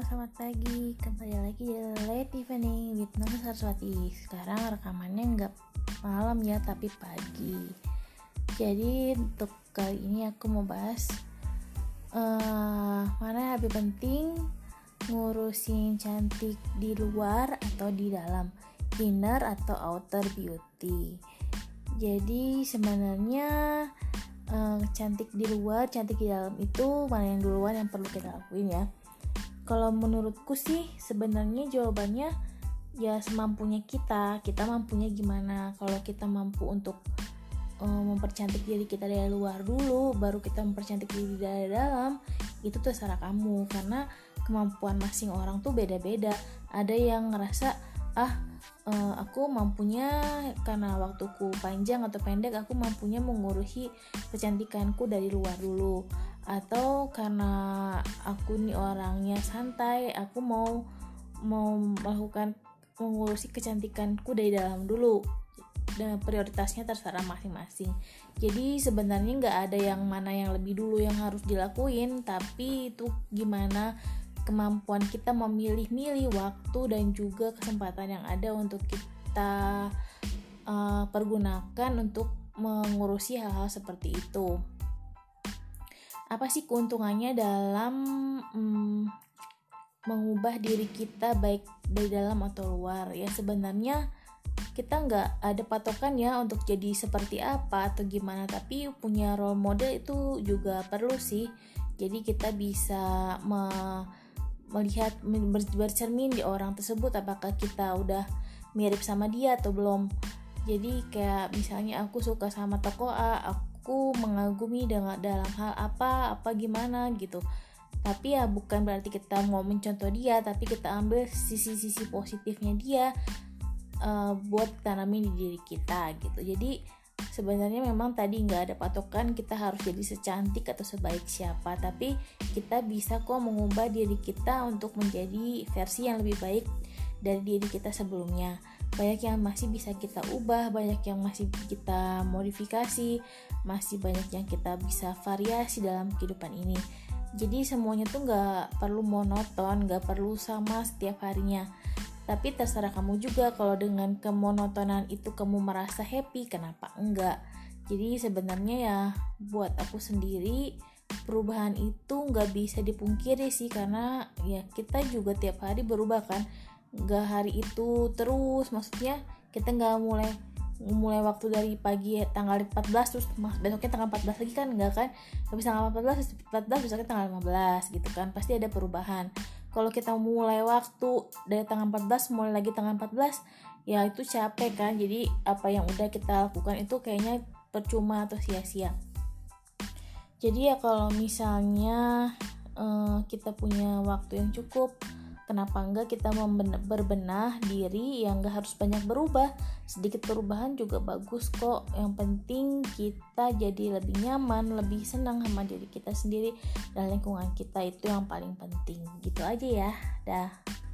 selamat pagi. Kembali lagi di Late Evening with Nona Saraswati. Sekarang rekamannya nggak malam ya, tapi pagi. Jadi untuk kali ini aku mau bahas mana yang lebih penting, ngurusin cantik di luar atau di dalam, inner atau outer beauty. Jadi sebenarnya cantik di luar, cantik di dalam itu mana yang duluan yang perlu kita lakuin ya. Kalau menurutku sih sebenarnya jawabannya ya semampunya kita mampunya gimana. Kalau kita mampu untuk mempercantik diri kita dari luar dulu, baru kita mempercantik diri dari dalam, itu terserah kamu, karena kemampuan masing orang tuh beda-beda. Ada yang ngerasa aku mampunya karena waktuku panjang atau pendek, aku mampunya mengurusi kecantikanku dari luar dulu, atau karena aku nih orangnya santai, aku mau melakukan mengurusi kecantikanku dari dalam dulu. Dan prioritasnya terserah masing-masing. Jadi sebenarnya nggak ada yang mana yang lebih dulu yang harus dilakuin, tapi itu gimana kemampuan kita memilih-milih waktu dan juga kesempatan yang ada untuk kita pergunakan untuk mengurusi hal-hal seperti itu. Apa sih keuntungannya dalam mengubah diri kita baik dari dalam atau luar? Ya sebenarnya kita nggak ada patokan ya untuk jadi seperti apa atau gimana, tapi punya role model itu juga perlu sih. Jadi kita bisa melihat, bercermin di orang tersebut, apakah kita udah mirip sama dia atau belum. Jadi kayak misalnya aku suka sama tokoh A, aku mengagumi dalam hal apa gimana gitu, tapi ya bukan berarti kita mau mencontoh dia, tapi kita ambil sisi-sisi positifnya dia buat tanamin di diri kita gitu. Jadi sebenarnya memang tadi nggak ada patokan kita harus jadi secantik atau sebaik siapa, tapi kita bisa kok mengubah diri kita untuk menjadi versi yang lebih baik dari diri kita sebelumnya. Banyak yang masih bisa kita ubah, banyak yang masih kita modifikasi, masih banyak yang kita bisa variasi dalam kehidupan ini. Jadi semuanya tuh nggak perlu monoton, nggak perlu sama setiap harinya. Tapi terserah kamu juga, kalau dengan kemonotonan itu kamu merasa happy, kenapa enggak? Jadi sebenarnya ya buat aku sendiri perubahan itu nggak bisa dipungkiri sih, karena ya kita juga tiap hari berubah kan. Nggak hari itu terus, maksudnya kita nggak mulai waktu dari pagi tanggal 14 terus besoknya tanggal 14 lagi kan, enggak kan? Habis tanggal 14 besoknya tanggal 15 gitu kan, pasti ada perubahan. Kalau kita mulai waktu dari tanggal 14 mulai lagi tanggal 14, ya itu capek kan. Jadi apa yang udah kita lakukan itu kayaknya percuma atau sia-sia. Jadi ya kalau misalnya kita punya waktu yang cukup, kenapa enggak kita berbenah diri yang enggak harus banyak berubah. Sedikit perubahan juga bagus kok. Yang penting kita jadi lebih nyaman, lebih senang sama diri kita sendiri dan lingkungan kita, itu yang paling penting. Gitu aja ya. Dah.